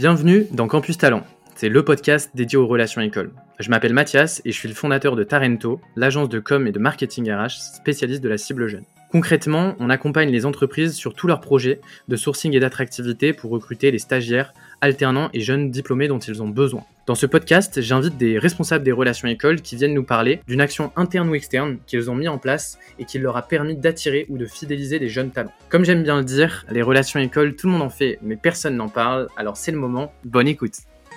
Bienvenue dans Campus Talent, c'est le podcast dédié aux relations écoles. Je m'appelle Mathias et je suis le fondateur de Tarento, l'agence de com et de marketing RH spécialiste de la cible jeune. Concrètement, on accompagne les entreprises sur tous leurs projets de sourcing et d'attractivité pour recruter les stagiaires, alternants et jeunes diplômés dont ils ont besoin. Dans ce podcast, j'invite des responsables des relations écoles qui viennent nous parler d'une action interne ou externe qu'ils ont mis en place et qui leur a permis d'attirer ou de fidéliser les jeunes talents. Comme j'aime bien le dire, les relations écoles, tout le monde en fait, mais personne n'en parle, alors c'est le moment, bonne écoute.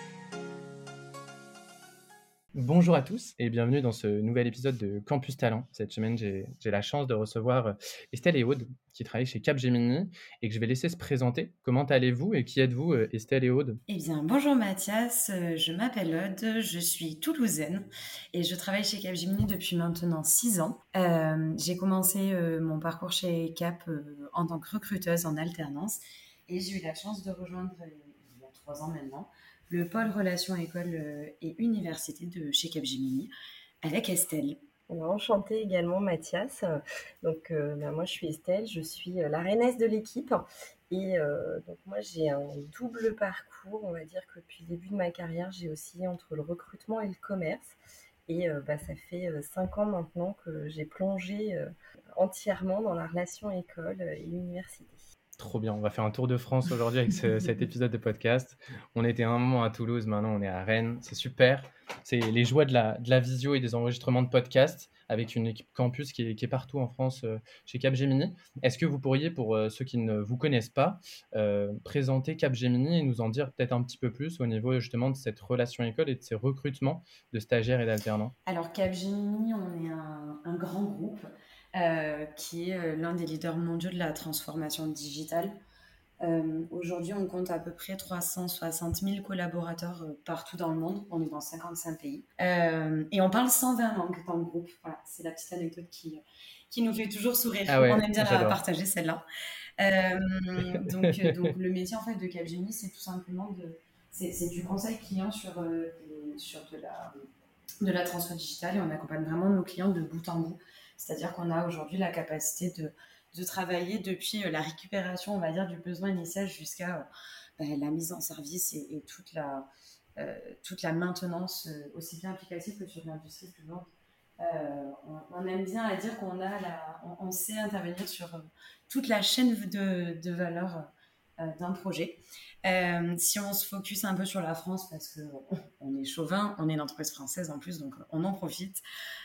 Bonjour à tous et bienvenue dans ce nouvel épisode de Campus Talent. Cette semaine, j'ai la chance de recevoir Estelle et Aude qui travaillent chez Capgemini et que je vais laisser se présenter. Comment allez-vous et qui êtes-vous, Estelle et Aude ? Eh bien, bonjour Mathias, je m'appelle Aude, je suis toulousaine et je travaille chez Capgemini depuis maintenant 6 ans. J'ai commencé mon parcours chez Cap en tant que recruteuse en alternance et j'ai eu la chance de rejoindre, il y a 3 ans maintenant, le pôle relations école et université de chez Capgemini avec Estelle. Enchantée également Mathias. Donc moi je suis Estelle, je suis la reinaisse de l'équipe et donc moi j'ai un double parcours, on va dire que depuis le début de ma carrière j'ai oscillé entre le recrutement et le commerce et ça fait 5 ans maintenant que j'ai plongé entièrement dans la relation école et université. Trop bien, on va faire un tour de France aujourd'hui avec cet épisode de podcast. On était un moment à Toulouse, maintenant on est à Rennes, c'est super. C'est les joies de la visio et des enregistrements de podcasts avec une équipe campus qui est partout en France chez Capgemini. Est-ce que vous pourriez, pour ceux qui ne vous connaissent pas, présenter Capgemini et nous en dire peut-être un petit peu plus au niveau justement de cette relation école et de ces recrutements de stagiaires et d'alternants ? Alors Capgemini, on est un grand groupe qui est l'un des leaders mondiaux de la transformation digitale. Aujourd'hui, on compte à peu près 360 000 collaborateurs partout dans le monde. On est dans 55 pays. Et on parle 120 langues dans le groupe. Voilà, c'est la petite anecdote qui nous fait toujours sourire. Ah ouais, on aime bien j'adore. partager celle-là. Donc, le métier en fait, de Capgemini, c'est tout simplement c'est du conseil client sur de la transformation digitale et on accompagne vraiment nos clients de bout en bout. C'est-à-dire qu'on a aujourd'hui la capacité de travailler depuis la récupération, on va dire, du besoin initial jusqu'à la mise en service et toute la maintenance, aussi bien applicative que sur l'industrie suivante. On aime bien à dire on sait intervenir sur toute la chaîne de valeur d'un projet. Si on se focus un peu sur la France, parce qu'on est chauvin, on est une entreprise française en plus, donc on en profite.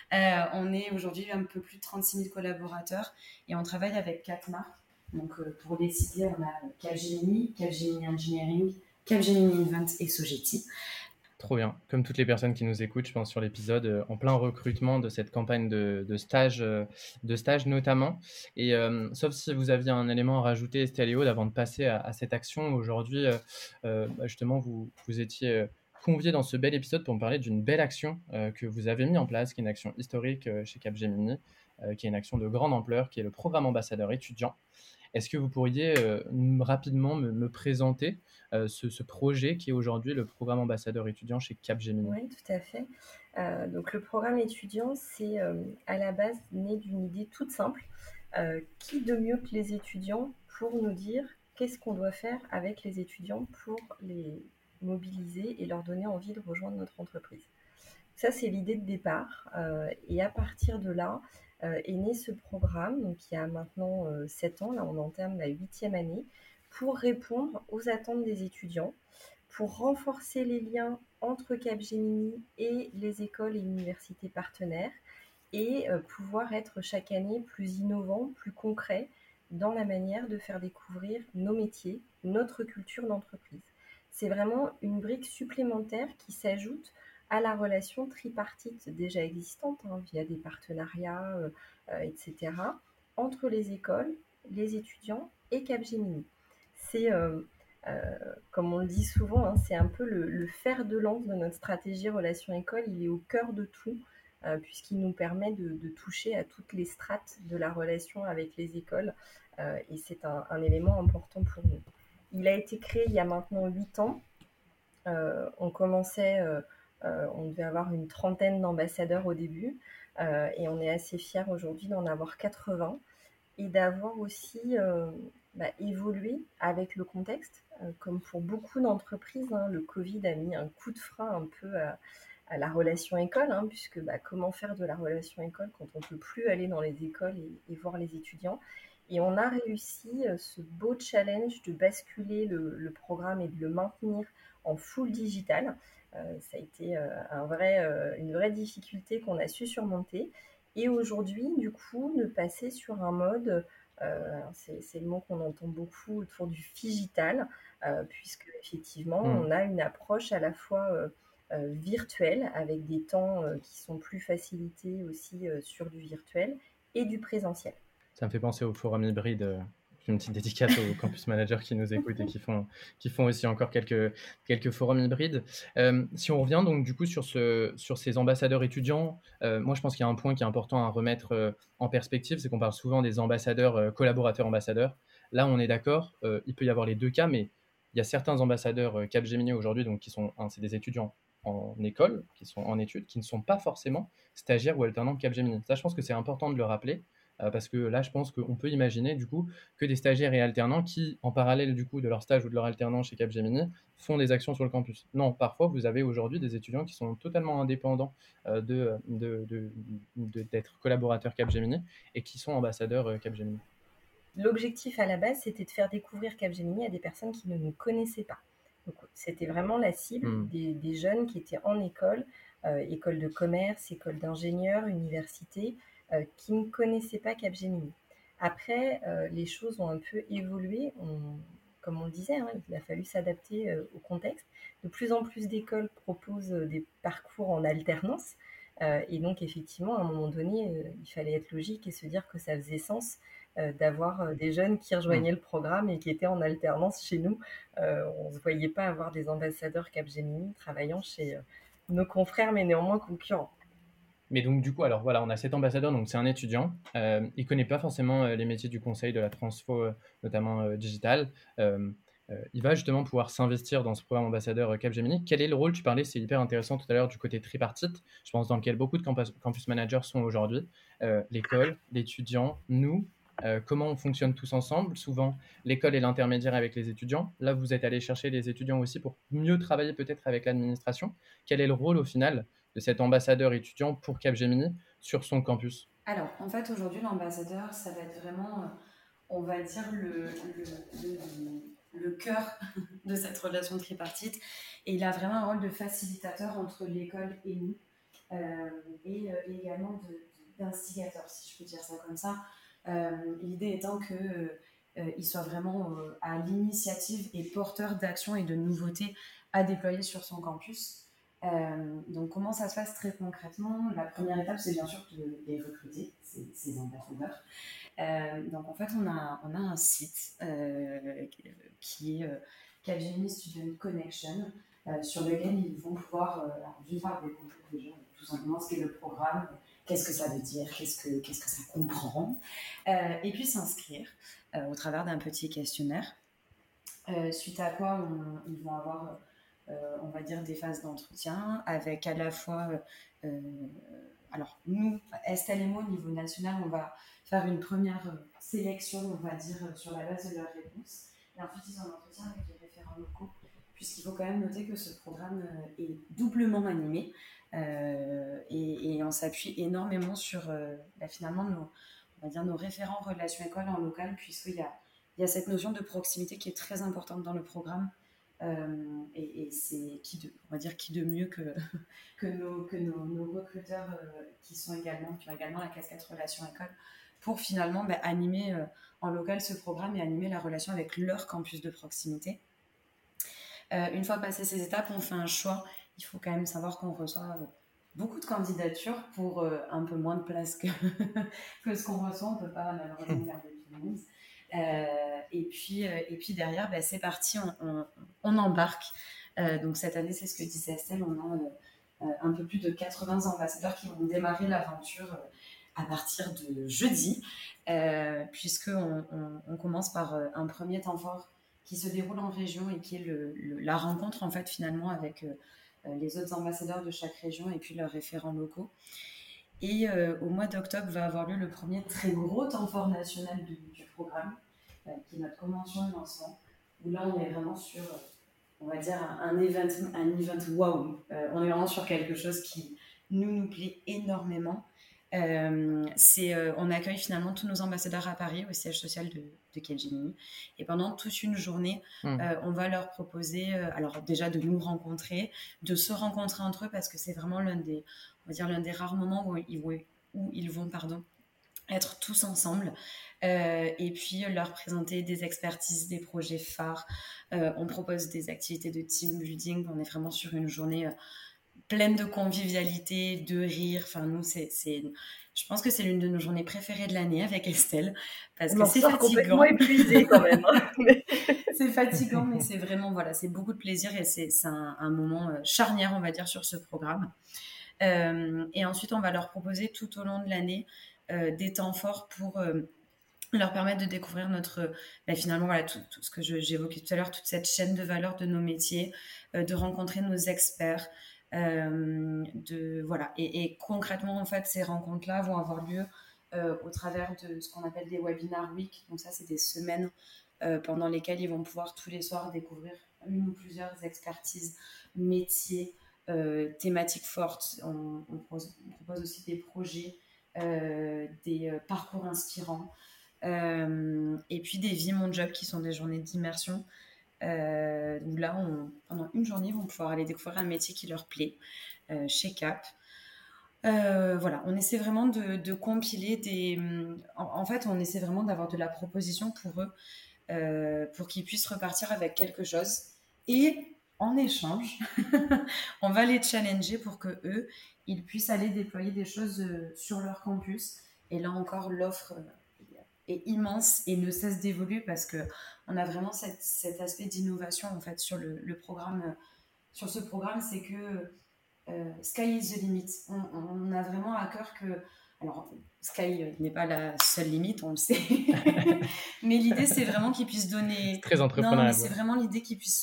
On est aujourd'hui un peu plus de 36 000 collaborateurs et on travaille avec 4 marques. Donc pour les citer, on a Capgemini, Capgemini Engineering, Capgemini Invent et Sogeti. Trop bien. Comme toutes les personnes qui nous écoutent, je pense sur l'épisode en plein recrutement de cette campagne de stage notamment. Et sauf si vous aviez un élément à rajouter, Estelle et Aude, avant de passer à cette action aujourd'hui, justement, vous étiez conviés dans ce bel épisode pour me parler d'une belle action que vous avez mis en place, qui est une action historique chez Capgemini, qui est une action de grande ampleur, qui est le programme ambassadeur étudiant. Est-ce que vous pourriez rapidement me présenter ce projet qui est aujourd'hui le programme ambassadeur étudiant chez Capgemini ? Oui, tout à fait. Donc le programme étudiant, c'est à la base né d'une idée toute simple. Qui de mieux que les étudiants pour nous dire qu'est-ce qu'on doit faire avec les étudiants pour les mobiliser et leur donner envie de rejoindre notre entreprise. Ça, c'est l'idée de départ. Et à partir de là, est né ce programme, donc il y a maintenant 7 ans, là on entame la 8e année, pour répondre aux attentes des étudiants, pour renforcer les liens entre Capgemini et les écoles et universités partenaires et pouvoir être chaque année plus innovant, plus concret dans la manière de faire découvrir nos métiers, notre culture d'entreprise. C'est vraiment une brique supplémentaire qui s'ajoute à la relation tripartite déjà existante via des partenariats, etc., entre les écoles, les étudiants et Capgemini. C'est, comme on le dit souvent, c'est un peu le fer de lance de notre stratégie relation école. Il est au cœur de tout, puisqu'il nous permet de toucher à toutes les strates de la relation avec les écoles, et c'est un élément important pour nous. Il a été créé il y a maintenant 8 ans. On commençait, on devait avoir une trentaine d'ambassadeurs au début, et on est assez fiers aujourd'hui d'en avoir 80 et d'avoir aussi évoluer avec le contexte. Comme pour beaucoup d'entreprises, hein, le Covid a mis un coup de frein un peu à la relation école, hein, puisque comment faire de la relation école quand on ne peut plus aller dans les écoles et voir les étudiants. Et on a réussi ce beau challenge de basculer le programme et de le maintenir en full digital. Ça a été une vraie difficulté qu'on a su surmonter. Et aujourd'hui, du coup, de passer sur un mode, c'est le mot qu'on entend beaucoup autour du figital, puisque effectivement, on a une approche à la fois virtuelle, avec des temps qui sont plus facilités aussi sur du virtuel et du présentiel. Ça me fait penser au forum hybride. Une petite dédicace aux campus managers qui nous écoutent et qui font aussi encore quelques forums hybrides. Si on revient donc du coup sur ces ambassadeurs étudiants, moi je pense qu'il y a un point qui est important à remettre en perspective, c'est qu'on parle souvent des ambassadeurs, collaborateurs ambassadeurs. Là on est d'accord, il peut y avoir les deux cas, mais il y a certains ambassadeurs Capgemini aujourd'hui, donc c'est des étudiants en école, qui sont en études, qui ne sont pas forcément stagiaires ou alternants de Capgemini. Ça je pense que c'est important de le rappeler. Parce que là, je pense qu'on peut imaginer du coup que des stagiaires et alternants qui, en parallèle du coup de leur stage ou de leur alternance chez Capgemini, font des actions sur le campus. Non, parfois vous avez aujourd'hui des étudiants qui sont totalement indépendants d'être collaborateurs Capgemini et qui sont ambassadeurs Capgemini. L'objectif à la base, c'était de faire découvrir Capgemini à des personnes qui ne nous connaissaient pas. Donc, c'était vraiment la cible des jeunes qui étaient en école, école de commerce, école d'ingénieur, université, qui ne connaissaient pas Capgemini. Après, les choses ont un peu évolué. Comme on le disait, hein, il a fallu s'adapter au contexte. De plus en plus d'écoles proposent des parcours en alternance. Et donc, effectivement, à un moment donné, il fallait être logique et se dire que ça faisait sens d'avoir des jeunes qui rejoignaient le programme et qui étaient en alternance chez nous. On ne se voyait pas avoir des ambassadeurs Capgemini travaillant chez nos confrères, mais néanmoins concurrents. Mais donc du coup, alors voilà, on a cet ambassadeur, donc c'est un étudiant. Il connaît pas forcément les métiers du conseil, de la transfo, notamment digital. Il va justement pouvoir s'investir dans ce programme ambassadeur Capgemini. Quel est le rôle? Tu parlais, c'est hyper intéressant tout à l'heure, du côté tripartite, je pense, dans lequel beaucoup de campus managers sont aujourd'hui. L'école, l'étudiant, nous, comment on fonctionne tous ensemble. Souvent, l'école est l'intermédiaire avec les étudiants. Là, vous êtes allé chercher les étudiants aussi pour mieux travailler peut-être avec l'administration. Quel est le rôle au final de cet ambassadeur étudiant pour Capgemini sur son campus? Alors, en fait, aujourd'hui, l'ambassadeur, ça va être vraiment, on va dire, le cœur de cette relation tripartite. Et il a vraiment un rôle de facilitateur entre l'école et nous, et également d'instigateur, si je peux dire ça comme ça. L'idée étant qu'il soit vraiment à l'initiative et porteur d'actions et de nouveautés à déployer sur son campus. Donc, comment ça se passe très concrètement? La première étape, c'est bien sûr de les recruter, ces ambassadeurs. Donc, en fait, on a un site qui est Capgemini Student Connection, sur lequel ils vont pouvoir d'une part découvrir déjà tout simplement ce qu'est le programme, qu'est-ce que ça veut dire, qu'est-ce que ça comprend, et puis s'inscrire au travers d'un petit questionnaire, suite à quoi ils vont avoir on va dire des phases d'entretien avec à la fois alors nous, Estelle et moi, au niveau national, on va faire une première sélection, on va dire, sur la base de leurs réponses, et ensuite ils ont un entretien avec les référents locaux, puisqu'il faut quand même noter que ce programme est doublement animé, et on s'appuie énormément sur finalement on va dire nos référents relations école en local, puisqu'il y a cette notion de proximité qui est très importante dans le programme. Et c'est on va dire qui de mieux que nos recruteurs qui ont également la casquette relation école pour finalement animer en local ce programme et animer la relation avec leur campus de proximité. Une fois passées ces étapes, on fait un choix. Il faut quand même savoir qu'on reçoit beaucoup de candidatures pour un peu moins de place que ce qu'on reçoit. On ne peut pas malheureusement garder tout le monde. Et puis derrière, c'est parti, on embarque. Donc cette année, c'est ce que disait Estelle, on a un peu plus de 80 ambassadeurs qui vont démarrer l'aventure à partir de jeudi, puisqu'on commence par un premier temps fort qui se déroule en région et qui est la rencontre en fait finalement avec les autres ambassadeurs de chaque région et puis leurs référents locaux. Et au mois d'octobre va avoir lieu le premier très gros temps fort national du programme, qui est notre convention de lancement, où là, on est vraiment sur, on va dire, un event wow. On est vraiment sur quelque chose qui nous plaît énormément. On accueille finalement tous nos ambassadeurs à Paris, au siège social de Capgemini. Et pendant toute une journée, on va leur proposer, alors déjà de nous rencontrer, de se rencontrer entre eux, parce que c'est vraiment l'un des rares moments où ils vont être tous ensemble. Et puis leur présenter des expertises, des projets phares. On propose des activités de team building. On est vraiment sur une journée pleine de convivialité, de rire. Enfin, nous, je pense que c'est l'une de nos journées préférées de l'année avec Estelle, parce que c'est fatigant. Complètement épuisé quand même. C'est fatigant, mais c'est vraiment, c'est beaucoup de plaisir et c'est un moment charnière, on va dire, sur ce programme. Et ensuite, on va leur proposer tout au long de l'année des temps forts pour leur permettre de découvrir finalement, tout ce que j'évoquais tout à l'heure, toute cette chaîne de valeur de nos métiers, de rencontrer nos experts. Et concrètement, en fait, ces rencontres-là vont avoir lieu au travers de ce qu'on appelle des Webinar Week. Donc ça, c'est des semaines pendant lesquelles ils vont pouvoir tous les soirs découvrir une ou plusieurs expertises, métiers, thématiques fortes. On propose aussi des projets, des parcours inspirants, et puis des Vie Mon Job qui sont des journées d'immersion. Où là, pendant une journée, ils vont pouvoir aller découvrir un métier qui leur plaît chez Cap. On essaie vraiment de compiler En fait, on essaie vraiment d'avoir de la proposition pour eux, pour qu'ils puissent repartir avec quelque chose. Et en échange, on va les challenger pour que eux, ils puissent aller déployer des choses sur leur campus. Et là encore, l'offre est immense et ne cesse d'évoluer parce que on a vraiment cet aspect d'innovation en fait sur le programme. Sur ce programme, c'est que sky is the limit. On a vraiment à cœur que, alors sky n'est pas la seule limite, on le sait, mais l'idée c'est vraiment qu'ils puissent donner. C'est très entrepreneurial. Non, mais c'est vraiment l'idée qu'ils puissent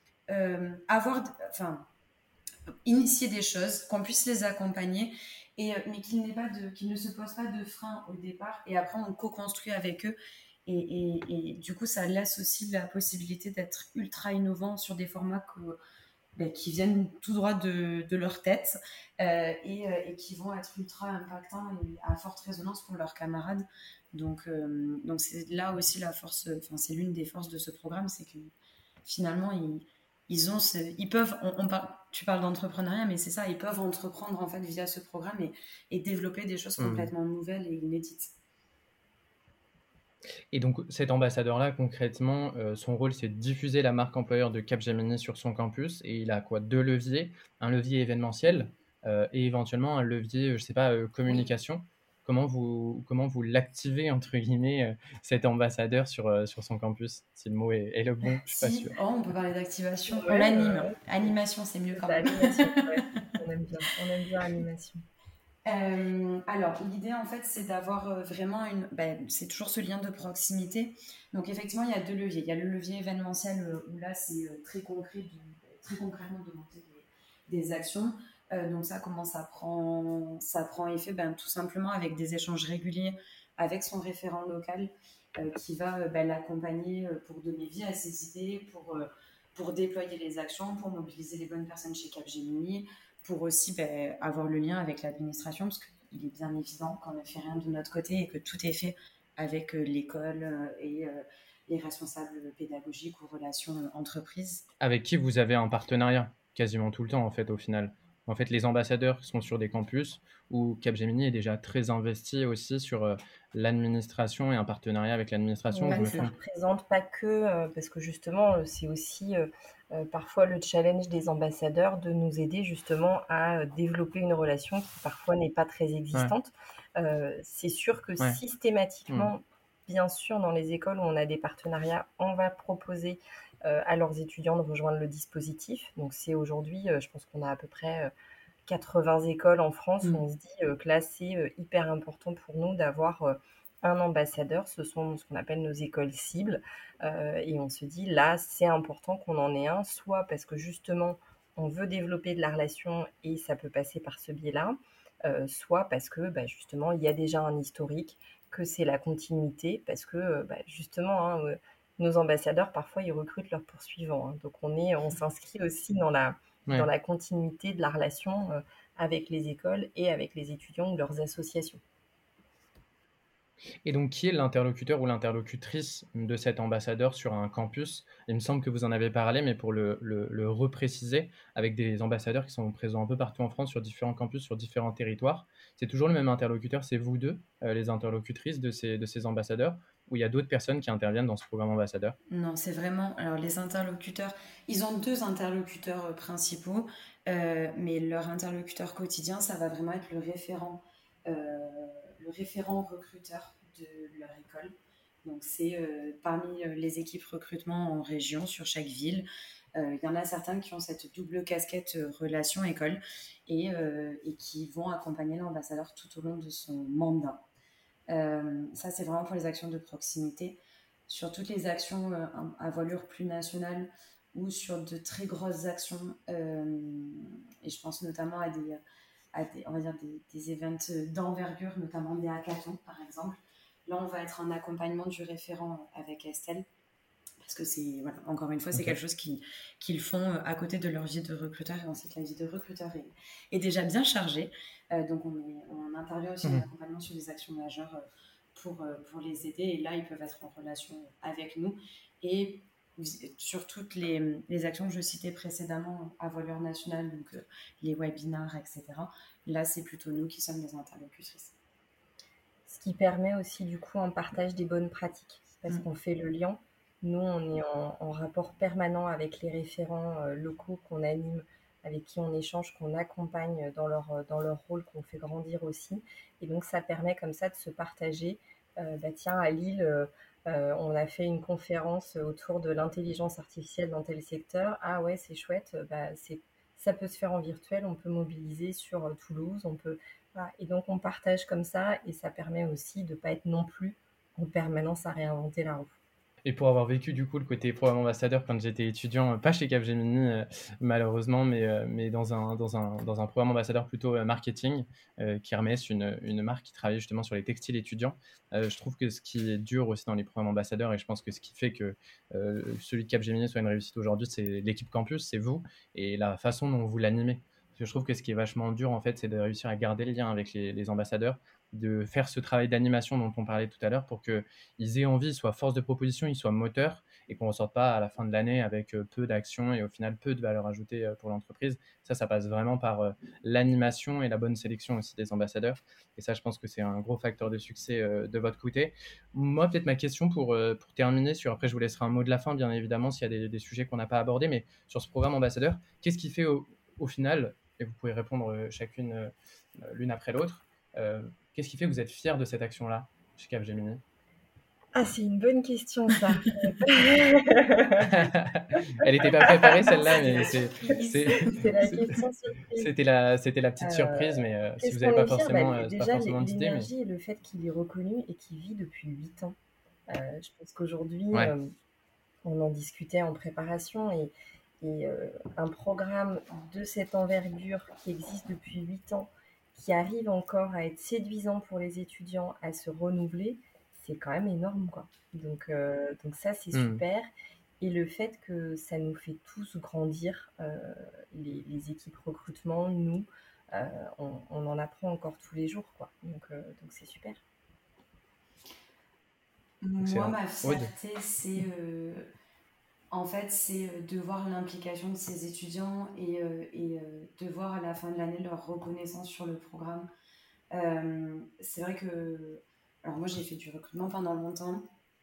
initier des choses, qu'on puisse les accompagner. Mais qu'ils ne se posent pas de frein au départ et après on co-construit avec eux et du coup ça laisse aussi la possibilité d'être ultra innovant sur des formats qui viennent tout droit de leur tête et qui vont être ultra impactants et à forte résonance pour leurs camarades. Donc c'est là aussi la force, c'est l'une des forces de ce programme, c'est que finalement ils peuvent, tu parles d'entrepreneuriat, mais c'est ça, ils peuvent entreprendre en fait via ce programme et développer des choses complètement nouvelles et inédites. Et donc cet ambassadeur-là, concrètement, son rôle, c'est de diffuser la marque employeur de Capgemini sur son campus et il a quoi? 2 leviers, un levier événementiel et éventuellement un levier, je sais pas, communication. Comment vous «l'activez» entre guillemets, cet ambassadeur sur son campus? Si le mot est le bon, je suis pas sûr. On peut parler d'activation. On l'anime. Animation, c'est mieux quand même. Animation, ouais. On aime bien animation. Alors, l'idée, en fait, c'est d'avoir vraiment c'est toujours ce lien de proximité. Donc, effectivement, il y a 2 leviers. Il y a le levier événementiel où là, c'est très concrètement de monter des actions. Donc, ça, comment ça prend effet tout simplement avec des échanges réguliers avec son référent local qui va l'accompagner pour donner vie à ses idées, pour déployer les actions, pour mobiliser les bonnes personnes chez Capgemini, pour aussi avoir le lien avec l'administration, parce qu'il est bien évident qu'on ne fait rien de notre côté et que tout est fait avec l'école et les responsables pédagogiques ou relations entreprises. Avec qui vous avez un partenariat quasiment tout le temps, en fait, au final. En fait, les ambassadeurs sont sur des campus où Capgemini est déjà très investi aussi sur l'administration et un partenariat avec l'administration. Ouais, ça ne représente pas que, parce que justement, c'est aussi parfois le challenge des ambassadeurs de nous aider justement à développer une relation qui parfois n'est pas très existante. Ouais. C'est sûr que systématiquement, bien sûr, dans les écoles où on a des partenariats, on va proposer à leurs étudiants de rejoindre le dispositif. Donc c'est aujourd'hui, je pense qu'on a à peu près 80 écoles en France où on se dit que là, c'est hyper important pour nous d'avoir un ambassadeur. Ce sont ce qu'on appelle nos écoles cibles. Et on se dit, là, c'est important qu'on en ait un, soit parce que justement, on veut développer de la relation et ça peut passer par ce biais-là, soit parce que justement il y a déjà un historique, que c'est la continuité, parce que justement, hein, nos ambassadeurs, parfois, ils recrutent leurs poursuivants, hein. Donc on s'inscrit aussi dans Ouais. la continuité de la relation avec les écoles et avec les étudiants ou leurs associations. Et donc, qui est l'interlocuteur ou l'interlocutrice de cet ambassadeur sur un campus? Il me semble que vous en avez parlé, mais pour le repréciser, avec des ambassadeurs qui sont présents un peu partout en France, sur différents campus, sur différents territoires. C'est toujours le même interlocuteur, c'est vous 2, les interlocutrices de ces ambassadeurs, ou il y a d'autres personnes qui interviennent dans ce programme ambassadeur? Non, c'est vraiment. Alors, les interlocuteurs, ils ont deux interlocuteurs principaux, mais leur interlocuteur quotidien, ça va vraiment être le référent recruteur de leur école. Donc, c'est parmi les équipes recrutement en région sur chaque ville. Il y en a certains qui ont cette double casquette relation école et qui vont accompagner l'ambassadeur tout au long de son mandat. Ça, c'est vraiment pour les actions de proximité. Sur toutes les actions à voilure plus nationale ou sur de très grosses actions, et je pense notamment on va dire des events d'envergure, notamment des hackathons par exemple. Là, on va être en accompagnement du référent avec Estelle, parce que c'est, voilà, encore une fois, c'est OK. quelque chose qu'ils font à côté de leur vie de recruteur. Et on sait que la vie de recruteur est déjà bien chargée. Donc, on intervient aussi en Mmh. accompagnement sur des actions majeures pour les aider. Et là, ils peuvent être en relation avec nous. Et sur toutes les actions que je citais précédemment à voilure nationale, donc les webinars, etc., là, c'est plutôt nous qui sommes les interlocutrices. Ce qui permet aussi du coup un partage des bonnes pratiques, parce qu'on fait le lien. Nous, on est en rapport permanent avec les référents locaux qu'on anime, avec qui on échange, qu'on accompagne dans leur rôle, qu'on fait grandir aussi. Et donc, ça permet comme ça de se partager. Tiens, à Lille, on a fait une conférence autour de l'intelligence artificielle dans tel secteur. Ah ouais, c'est chouette. Ça peut se faire en virtuel, on peut mobiliser sur Toulouse, on peut. Voilà. Et donc, on partage comme ça et ça permet aussi de ne pas être non plus en permanence à réinventer la roue. Et pour avoir vécu du coup le côté programme ambassadeur quand j'étais étudiant, pas chez Capgemini malheureusement, mais dans un programme ambassadeur plutôt marketing, qui Hermès, une marque qui travaille justement sur les textiles étudiants. Je trouve que ce qui est dur aussi dans les programmes ambassadeurs, et je pense que ce qui fait que celui de Capgemini soit une réussite aujourd'hui, c'est l'équipe campus, c'est vous, et la façon dont vous l'animez. Parce que je trouve que ce qui est vachement dur, en fait, c'est de réussir à garder le lien avec les ambassadeurs, de faire ce travail d'animation dont on parlait tout à l'heure pour qu'ils aient envie, ils soient force de proposition, ils soient moteurs et qu'on ne ressorte pas à la fin de l'année avec peu d'actions et au final peu de valeur ajoutée pour l'entreprise. Ça passe vraiment par l'animation et la bonne sélection aussi des ambassadeurs. Et ça, je pense que c'est un gros facteur de succès de votre côté. Moi, peut-être ma question pour terminer, après je vous laisserai un mot de la fin, bien évidemment, s'il y a des sujets qu'on n'a pas abordés, mais sur ce programme ambassadeur, qu'est-ce qui fait au final, et vous pouvez répondre chacune l'une après l'autre, qu'est-ce qui fait que vous êtes fiers de cette action-là chez Capgemini? Ah, c'est une bonne question, ça. Elle n'était pas préparée celle-là, C'était mais la surprise. C'est la question surprise. c'était la petite surprise, mais si Qu'est-ce vous n'avez qu'on pas est fier? forcément, c'est pas Déjà, forcément d'idée, mais l'énergie et le fait qu'il est reconnu et qu'il vit depuis 8 ans. Je pense qu'aujourd'hui, ouais, on en discutait en préparation et un programme de cette envergure qui existe depuis 8 ans, qui arrive encore à être séduisant pour les étudiants, à se renouveler, c'est quand même énorme, quoi. Donc ça, c'est mmh. super. Et le fait que ça nous fait tous grandir, les équipes recrutement, nous, on en apprend encore tous les jours, quoi. Donc c'est super. Moi, Excellent. ma Aude? fierté, en fait, c'est de voir l'implication de ces étudiants et de voir à la fin de l'année leur reconnaissance sur le programme. C'est vrai que, alors moi, j'ai fait du recrutement pendant longtemps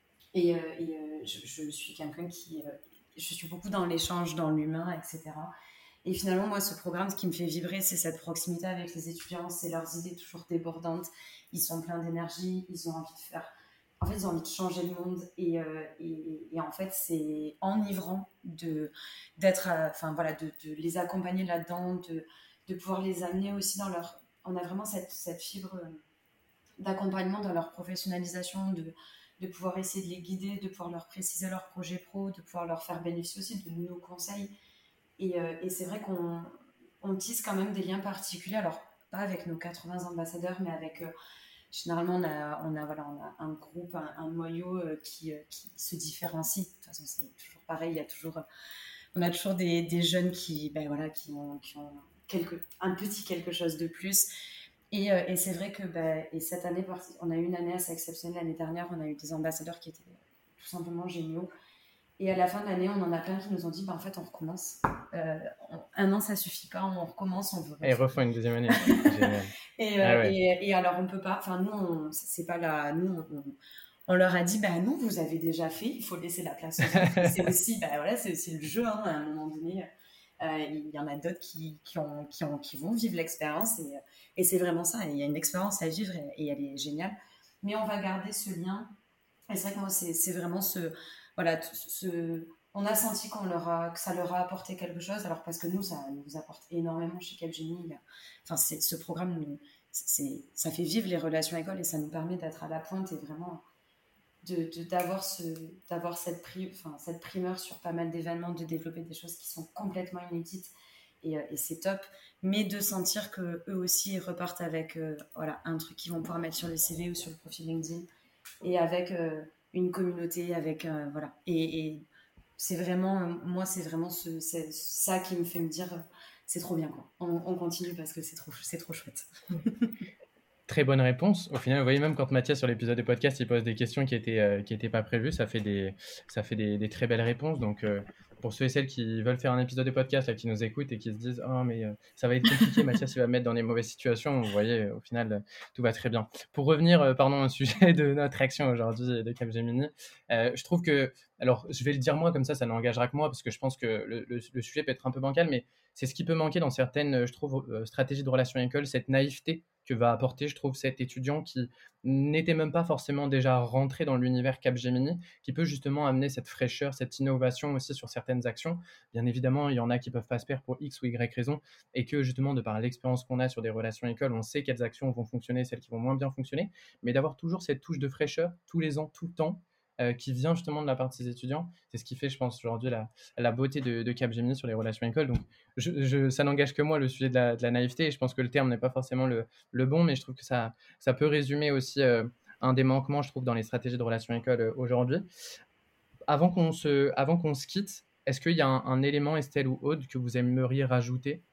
je suis quelqu'un je suis beaucoup dans l'échange, dans l'humain, etc. Et finalement, moi, ce programme, ce qui me fait vibrer, c'est cette proximité avec les étudiants, c'est leurs idées toujours débordantes. Ils sont pleins d'énergie, ils ont envie de faire. En fait, ils ont envie de changer le monde. Et en fait, c'est enivrant d'être, enfin voilà, de les accompagner là-dedans, de pouvoir les amener aussi dans leur. On a vraiment cette fibre d'accompagnement dans leur professionnalisation, de pouvoir essayer de les guider, de pouvoir leur préciser leurs projets pro, de pouvoir leur faire bénéficier aussi de nos conseils. Et c'est vrai qu'on tisse quand même des liens particuliers. Alors, pas avec nos 80 ambassadeurs, mais avec... généralement, on a un groupe, un noyau qui se différencie. De toute façon, c'est toujours pareil. On a toujours des jeunes qui ont un petit quelque chose de plus. Et c'est vrai que et cette année, on a eu une année assez exceptionnelle. L'année dernière, on a eu des ambassadeurs qui étaient tout simplement géniaux. Et à la fin de l'année, on en a plein qui nous ont dit en fait, on recommence. Un an, ça suffit pas, on recommence, on veut. Et ils refont une deuxième année. Génial. Et alors, on peut pas. Enfin, nous, c'est pas là. Nous, on leur a dit non, vous avez déjà fait, il faut laisser la place aux autres. C'est aussi, c'est le jeu, hein, à un moment donné. Il y en a d'autres qui vont vivre l'expérience et c'est vraiment ça. Il y a une expérience à vivre et elle est géniale. Mais on va garder ce lien. Et c'est vrai que moi, c'est vraiment on a senti que ça leur a apporté quelque chose. Alors parce que nous, ça nous apporte énormément chez Capgemini. Ce programme, ça fait vivre les relations écoles et ça nous permet d'être à la pointe et vraiment d'avoir cette primeur sur pas mal d'événements, de développer des choses qui sont complètement inédites et c'est top, mais de sentir que eux aussi ils repartent avec un truc qu'ils vont pouvoir mettre sur le CV ou sur le profil LinkedIn et avec une communauté, avec et c'est vraiment moi c'est vraiment c'est ça qui me fait me dire c'est trop bien quoi. On continue parce que c'est trop chouette. Très bonne réponse. Au final, vous voyez, même quand Mathias, sur l'épisode de podcast, il pose des questions qui étaient pas prévues, ça fait des très belles réponses. Donc, pour ceux et celles qui veulent faire un épisode de podcast, là, qui nous écoutent et qui se disent « Oh, mais ça va être compliqué, Mathias, il va me mettre dans des mauvaises situations », vous voyez, au final, tout va très bien. Pour revenir, au sujet de notre action aujourd'hui de Capgemini, je trouve que, alors, je vais le dire moi, comme ça n'engagera que moi, parce que je pense que le sujet peut être un peu bancal, mais c'est ce qui peut manquer dans certaines, je trouve, stratégies de relations école, cette naïveté que va apporter, je trouve, cet étudiant qui n'était même pas forcément déjà rentré dans l'univers Capgemini, qui peut justement amener cette fraîcheur, cette innovation aussi sur certaines actions. Bien évidemment, il y en a qui peuvent pas se faire pour X ou Y raison, et que justement, de par l'expérience qu'on a sur des relations écoles, on sait quelles actions vont fonctionner, celles qui vont moins bien fonctionner, mais d'avoir toujours cette touche de fraîcheur tous les ans, tout le temps, qui vient justement de la part de ces étudiants. C'est ce qui fait, je pense, aujourd'hui la beauté de Capgemini sur les relations écoles. Donc, ça n'engage que moi, le sujet de la naïveté, et je pense que le terme n'est pas forcément le bon, mais je trouve que ça peut résumer aussi un des manquements, je trouve, dans les stratégies de relations écoles aujourd'hui. Avant qu'on se quitte, est-ce qu'il y a un élément, Estelle ou Aude, que vous aimeriez rajouter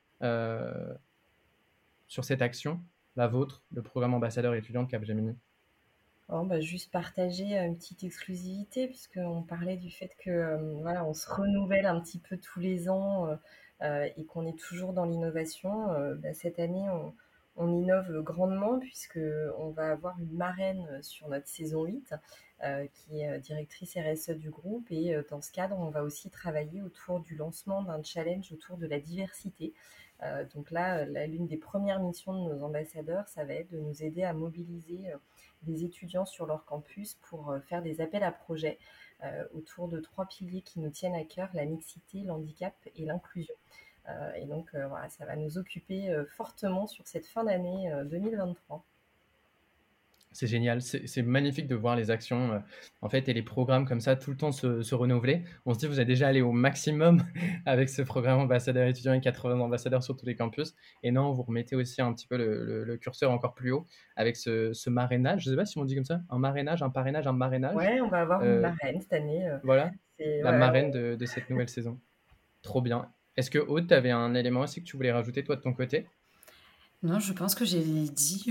sur cette action, la vôtre, le programme ambassadeur étudiant de Capgemini? Juste partager une petite exclusivité, puisqu'on parlait du fait que on se renouvelle un petit peu tous les ans et qu'on est toujours dans l'innovation. Cette année, on innove grandement, puisqu'on va avoir une marraine sur notre saison 8 qui est directrice RSE du groupe. Et dans ce cadre, on va aussi travailler autour du lancement d'un challenge autour de la diversité. Donc là, l'une des premières missions de nos ambassadeurs, ça va être de nous aider à mobiliser des étudiants sur leur campus pour faire des appels à projets autour de 3 piliers qui nous tiennent à cœur: la mixité, l'handicap et l'inclusion. Et donc, ça va nous occuper fortement sur cette fin d'année 2023. C'est génial, c'est magnifique de voir les actions en fait et les programmes comme ça tout le temps se renouveler. On se dit vous êtes déjà allé au maximum avec ce programme ambassadeur étudiant et 80 ambassadeurs sur tous les campus. Et non, vous remettez aussi un petit peu le curseur encore plus haut avec ce marrainage. Je ne sais pas si on dit comme ça, un marrainage, un parrainage, un marrainage. Ouais, on va avoir une marraine cette année. Voilà, la marraine de cette nouvelle saison. Trop bien. Est-ce que Aude, tu avais un élément aussi que tu voulais rajouter toi de ton côté? Non, je pense que j'ai dit.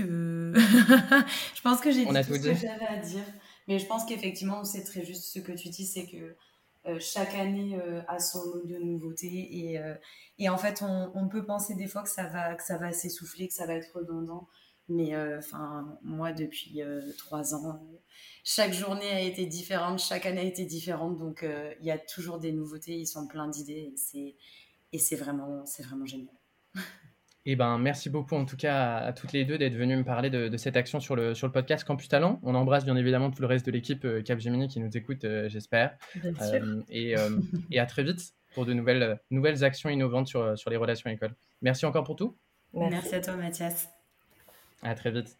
Je pense que j'ai dit tout ce que j'avais à dire. Mais je pense qu'effectivement, c'est très juste ce que tu dis, c'est que chaque année a son lot de nouveautés. Et en fait, on peut penser des fois que ça va s'essouffler, que ça va être redondant. Mais moi, depuis 3 ans, chaque journée a été différente, chaque année a été différente. Donc, il y a toujours des nouveautés, ils sont pleins d'idées. Et c'est vraiment génial. Eh ben, merci beaucoup en tout cas à toutes les deux d'être venues me parler de cette action sur le podcast Campus Talent. On embrasse bien évidemment tout le reste de l'équipe Capgemini qui nous écoute, j'espère. Bien sûr. Et à très vite pour de nouvelles actions innovantes sur les relations écoles. Merci encore pour tout. Merci à toi, Mathias. À très vite.